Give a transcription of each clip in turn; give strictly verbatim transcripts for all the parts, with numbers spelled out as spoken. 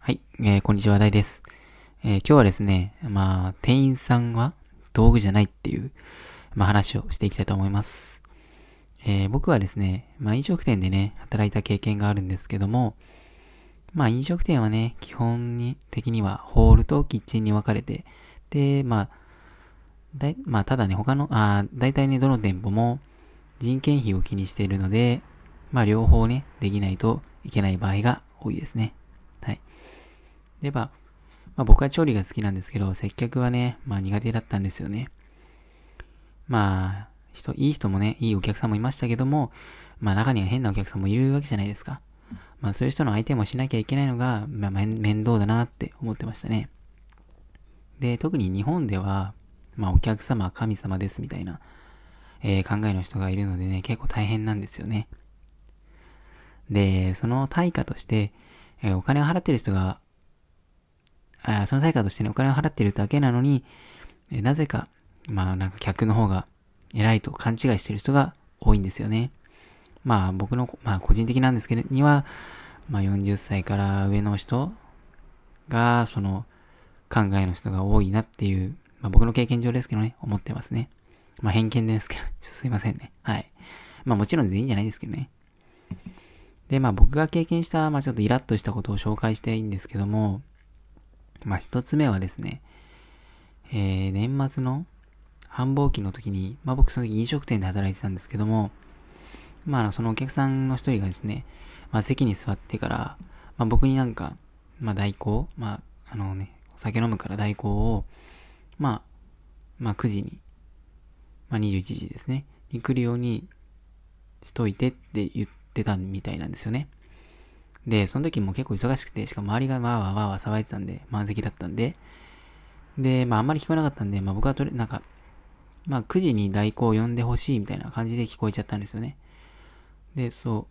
はい、えー、こんにちは、大です。えー、今日はですね、まあ、店員さんは道具じゃないっていう、まあ、話をしていきたいと思います。えー、僕はですね、まあ、飲食店でね、働いた経験があるんですけども、まあ、飲食店はね、基本に的にはホールとキッチンに分かれて、で、まあ、だい、まあ、ただね、他の、あだいたいね、どの店舗も人件費を気にしているので、まあ、両方ね、できないといけない場合が多いですね。はい。で、まあ、まあ僕は調理が好きなんですけど、接客はね、まあ苦手だったんですよね。まあ、人、いい人もね、いいお客さんもいましたけども、まあ中には変なお客さんもいるわけじゃないですか。まあそういう人の相手もしなきゃいけないのが、まあ面面倒だなって思ってましたね。で、特に日本では、まあお客様は神様ですみたいな、えー考えの人がいるのでね、結構大変なんですよね。で、その対価として、えーお金を払ってる人が、あその対価としてね、お金を払ってるだけなのに、えなぜか、まあなんか客の方が偉いと勘違いしてる人が多いんですよね。まあ僕の、まあ個人的なんですけど、には、まあよんじゅっさいから上の人が、その考えの人が多いなっていう、まあ僕の経験上ですけどね、思ってますね。まあ偏見ですけど、ちょっとすいませんね。はい。まあもちろん全員じゃないですけどね。で、まあ僕が経験した、まあちょっとイラッとしたことを紹介していいんですけども、まあ一つ目はですね、えー、年末の繁忙期の時に、まあ僕その時飲食店で働いてたんですけども、まあそのお客さんの一人がですね、まあ席に座ってから、まあ僕になんか、まあ代行、まああのね、お酒飲むから代行を、まあ、まあくじに、まあにじゅういちじですね、に来るようにしといてって言ってたみたいなんですよね。で、その時も結構忙しくて、しかも周りがわーわーわーわー騒いでたんで、満席だったんで、で、まああんまり聞こえなかったんで、まあ僕はとり、なんか、まあくじに代行を呼んでほしいみたいな感じで聞こえちゃったんですよね。で、そう。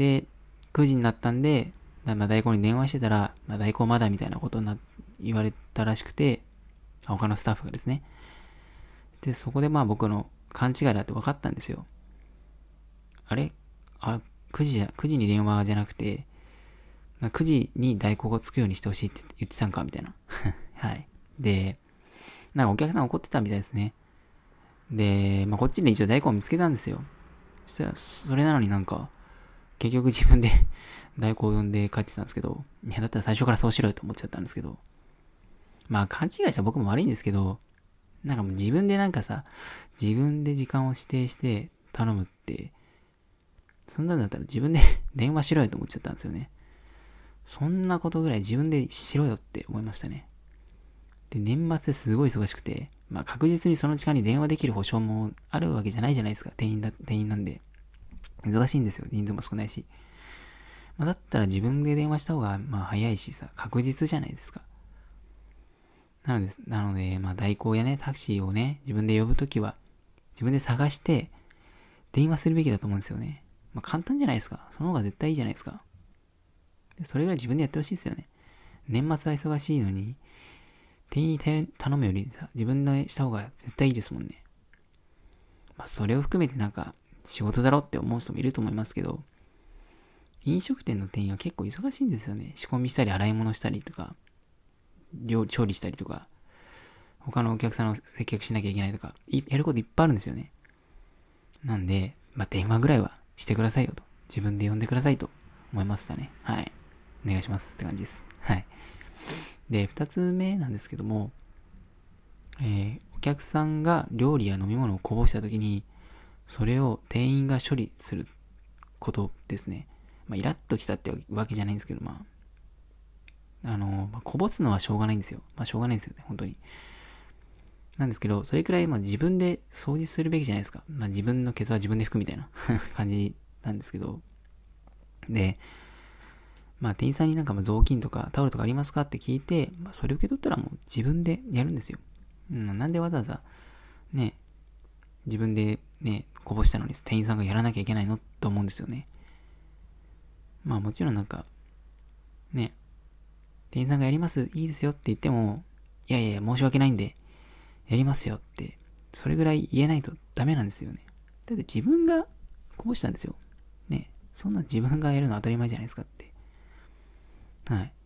で、くじになったんで、まあ代行に電話してたら、まあ、代行まだみたいなことにな、言われたらしくて、他のスタッフがですね。で、そこでまあ僕の勘違いだって分かったんですよ。あれあ、くじじゃ、くじに電話じゃなくて、くじに代行がつくようにしてほしいって言ってたんかみたいな。はい。で、なんかお客さん怒ってたみたいですね。で、まあこっちで一応代行を見つけたんですよ。そしたら、それなのになんか、結局自分で代行を呼んで帰ってたんですけど、いや、だったら最初からそうしろよと思っちゃったんですけど、まあ勘違いした僕も悪いんですけど、なんかもう自分でなんかさ、自分で時間を指定して頼むって、そんなんだったら自分で電話しろよと思っちゃったんですよね。そんなことぐらい自分でしろよって思いましたね。で、年末ですごい忙しくて、まあ確実にその時間に電話できる保証もあるわけじゃないじゃないですか。店員だ、店員なんで。忙しいんですよ。人数も少ないし。まあ、だったら自分で電話した方が、まあ早いしさ、確実じゃないですか。なので、なので、まあ代行やね、タクシーをね、自分で呼ぶときは、自分で探して、電話するべきだと思うんですよね。まあ簡単じゃないですか。その方が絶対いいじゃないですか。でそれぐらい自分でやってほしいですよね。年末は忙しいのに、店員に頼むよりさ、自分でした方が絶対いいですもんね。まあそれを含めてなんか、仕事だろって思う人もいると思いますけど、飲食店の店員は結構忙しいんですよね。仕込みしたり、洗い物したりとか、料理、調理したりとか、他のお客さんの接客しなきゃいけないとか、やることいっぱいあるんですよね。なんで、まあ、電話ぐらいはしてくださいよと。自分で呼んでくださいと思いましたね。はい。お願いしますって感じです。はい。で、二つ目なんですけども、えー、お客さんが料理や飲み物をこぼしたときに、それを店員が処理することですね。まあ、イラッときたってわけじゃないんですけど、まあ、あの、まあ、こぼすのはしょうがないんですよ。まあ、しょうがないんですよね、本当に。なんですけど、それくらい、まあ、自分で掃除するべきじゃないですか。まあ、自分のケツは自分で拭くみたいな感じなんですけど。で、まあ、店員さんになんかまあ雑巾とかタオルとかありますかって聞いて、まあ、それ受け取ったらもう自分でやるんですよ。うん、なんでわざわざ、ね、自分でね、こぼしたのに店員さんがやらなきゃいけないのと思うんですよね。まあもちろんなんか、ね、店員さんがやりますいいですよって言っても、いやいやいや、申し訳ないんで、やりますよって、それぐらい言えないとダメなんですよね。だって自分がこぼしたんですよ。ね、そんな自分がやるの当たり前じゃないですかって。はい。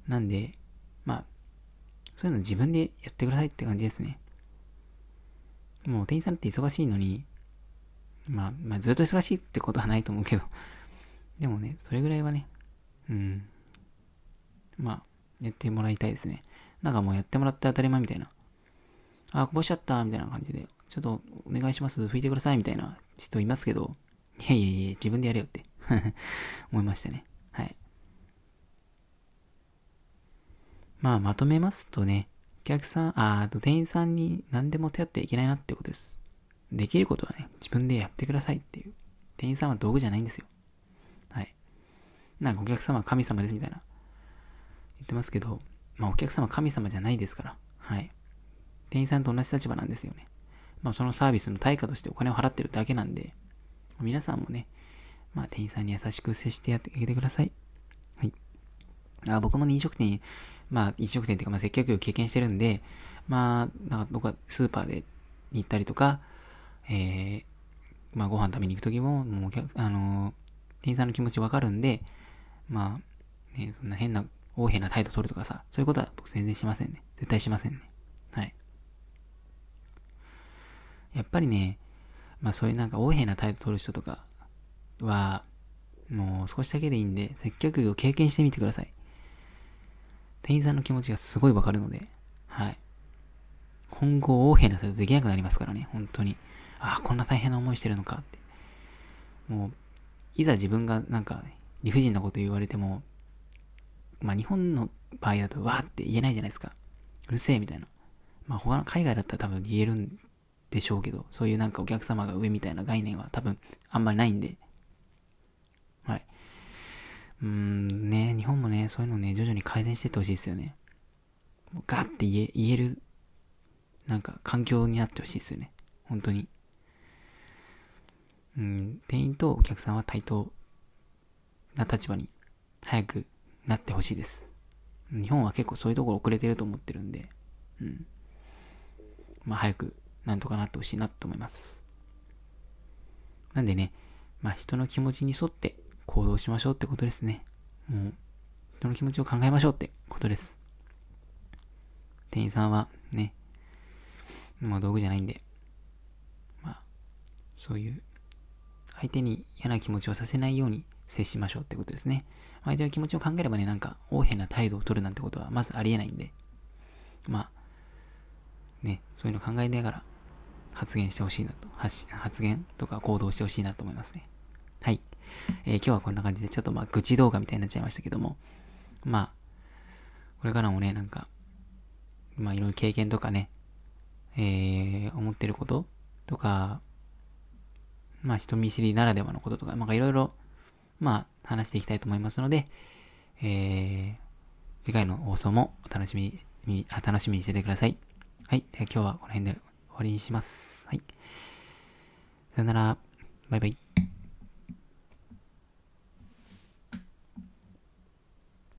なんで、まあ、そういうの自分でやってくださいって感じですね。もう店員さんって忙しいのに、まあ、まあずっと忙しいってことはないと思うけど、でもね、それぐらいはね、うん、まあ、やってもらいたいですね。なんかもうやってもらって当たり前みたいな。あ、こぼしちゃったみたいな感じで、ちょっとお願いします、拭いてくださいみたいな人いますけど、いやいやいや、自分でやれよって思いましたね。はい。まあ、まとめますとね、お客さん、あ、あと店員さんに何でも手っていけないなってことです。できることはね、自分でやってくださいっていう。店員さんは道具じゃないんですよ。はい。なんかお客様は神様ですみたいな言ってますけど、まあお客様は神様じゃないですから。はい。店員さんと同じ立場なんですよね。まあそのサービスの対価としてお金を払ってるだけなんで、皆さんもね、まあ店員さんに優しく接してやってあげてください。はい。あ、僕もね、飲食店、まあ飲食店っていうかまあ接客業を経験してるんで、まあ、なんか僕はスーパーでに行ったりとか、えー、まあご飯食べに行くときも、もうあのー、店員さんの気持ちわかるんで、まあ、ね、そんな変な、横柄な態度取るとかさ、そういうことは僕全然しませんね。絶対しませんね。はい。やっぱりね、まあそういうなんか横柄な態度取る人とかは、もう少しだけでいいんで、接客業を経験してみてください。店員さんの気持ちがすごいわかるので、はい。今後横柄な態度できなくなりますからね、本当に。ああ、こんな大変な思いしてるのかって。もう、いざ自分がなんか理不尽なこと言われても、まあ日本の場合だとわーって言えないじゃないですか。うるせえみたいな。まあ他の海外だったら多分言えるんでしょうけど、そういうなんかお客様が上みたいな概念は多分あんまりないんで。はい。うーん、ね、日本もね、そういうのね、徐々に改善していってほしいですよね。もうガーって言え、言える、なんか環境になってほしいですよね。本当に。うん、店員とお客さんは対等な立場に早くなってほしいです。日本は結構そういうところ遅れてると思ってるんで、うん。まあ早くなんとかなってほしいなと思います。なんでね、まあ人の気持ちに沿って行動しましょうってことですね。もう、人の気持ちを考えましょうってことです。店員さんはね、まあ道具じゃないんで、まあ、そういう相手に嫌な気持ちをさせないように接しましょうってことですね。相手の気持ちを考えればね、なんか、横柄な態度を取るなんてことはまずありえないんで、まあ、ね、そういうの考えながら発言してほしいなと、発発言とか行動してほしいなと思いますね。はい。えー、今日はこんな感じで、ちょっとまあ、愚痴動画みたいになっちゃいましたけども、まあ、これからもね、なんか、まあ、いろいろ経験とかね、えー、思ってることとか、まあ、人見知りならではのこととか、まあ、いろいろ、まあ、話していきたいと思いますので、えー、次回の放送もお楽しみに、楽しみにしててください。はい。では今日はこの辺で終わりにします。はい。さよなら。バイバイ。